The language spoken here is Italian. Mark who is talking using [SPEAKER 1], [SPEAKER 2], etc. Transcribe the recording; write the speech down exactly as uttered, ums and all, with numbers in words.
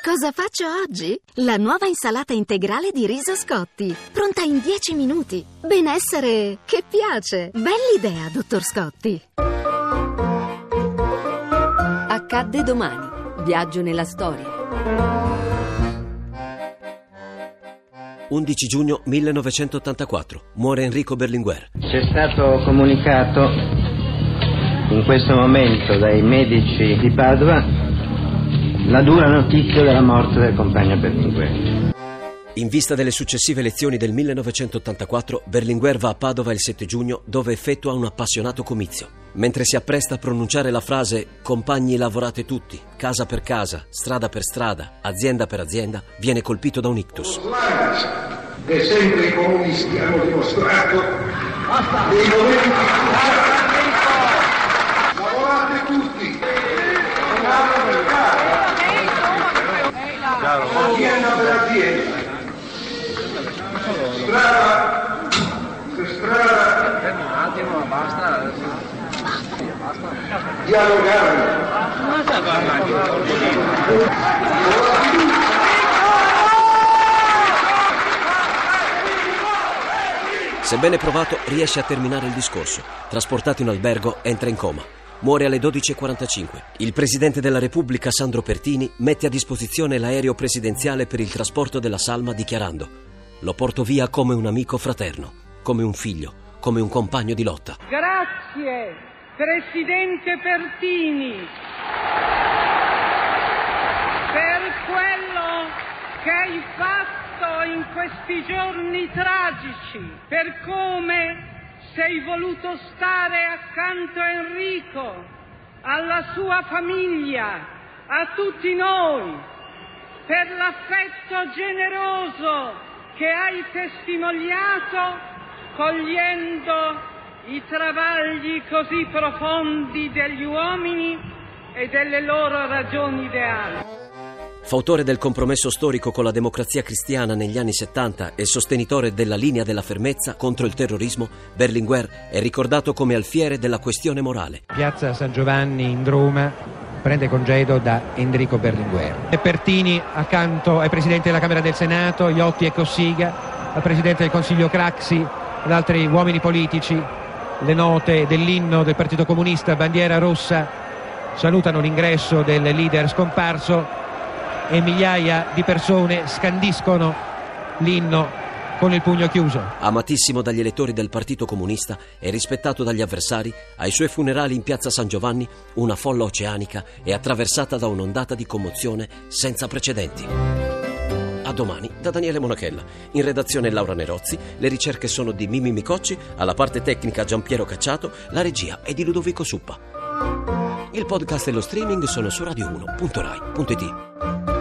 [SPEAKER 1] Cosa faccio oggi? La nuova insalata integrale di riso Scotti, pronta in dieci minuti. Benessere che piace. Bell'idea, dottor Scotti.
[SPEAKER 2] Accadde domani. Viaggio nella storia.
[SPEAKER 3] undici giugno millenovecentottantaquattro. Muore Enrico Berlinguer.
[SPEAKER 4] Ci è stato comunicato in questo momento dai medici di Padova la dura notizia della morte del compagno Berlinguer.
[SPEAKER 3] In vista delle successive elezioni del millenovecentottantaquattro, Berlinguer va a Padova il sette giugno, dove effettua un appassionato comizio. Mentre si appresta a pronunciare la frase «Compagni, lavorate tutti, casa per casa, strada per strada, azienda per azienda», viene colpito da un ictus.
[SPEAKER 5] Che sempre i comunisti hanno dimostrato dei momenti cruciali. Lavorate tutti, casa per casa, azienda per azienda, strada per strada, un attimo, basta, dialogare.
[SPEAKER 3] Sebbene provato, riesce a terminare il discorso. Trasportato in albergo, entra in coma. Muore alle dodici e quarantacinque. Il presidente della Repubblica, Sandro Pertini, mette a disposizione l'aereo presidenziale per il trasporto della salma dichiarando: «Lo porto via come un amico fraterno, come un figlio, come un compagno di lotta».
[SPEAKER 6] Grazie, presidente Pertini, per quello che hai fatto in questi giorni tragici, per come sei voluto stare accanto a Enrico, alla sua famiglia, a tutti noi, per l'affetto generoso che hai testimoniato cogliendo i travagli così profondi degli uomini e delle loro ragioni ideali.
[SPEAKER 3] Fautore del compromesso storico con la Democrazia Cristiana negli anni settanta e sostenitore della linea della fermezza contro il terrorismo, Berlinguer è ricordato come alfiere della questione morale.
[SPEAKER 7] Piazza San Giovanni in Roma prende congedo da Enrico Berlinguer. E Pertini accanto ai presidenti della Camera del Senato, Iotti e Cossiga, al presidente del Consiglio Craxi, ad altri uomini politici. Le note dell'inno del Partito Comunista, bandiera rossa, salutano l'ingresso del leader scomparso e migliaia di persone scandiscono l'inno con il pugno chiuso.
[SPEAKER 3] Amatissimo dagli elettori del Partito Comunista e rispettato dagli avversari, ai suoi funerali in piazza San Giovanni una folla oceanica è attraversata da un'ondata di commozione senza precedenti. A domani da Daniele Monachella. In redazione Laura Nerozzi, le ricerche sono di Mimmi Micocci, alla parte tecnica Giampiero Cacciato, la regia è di Ludovico Suppa. Il podcast e lo streaming sono su radio uno punto rai punto it.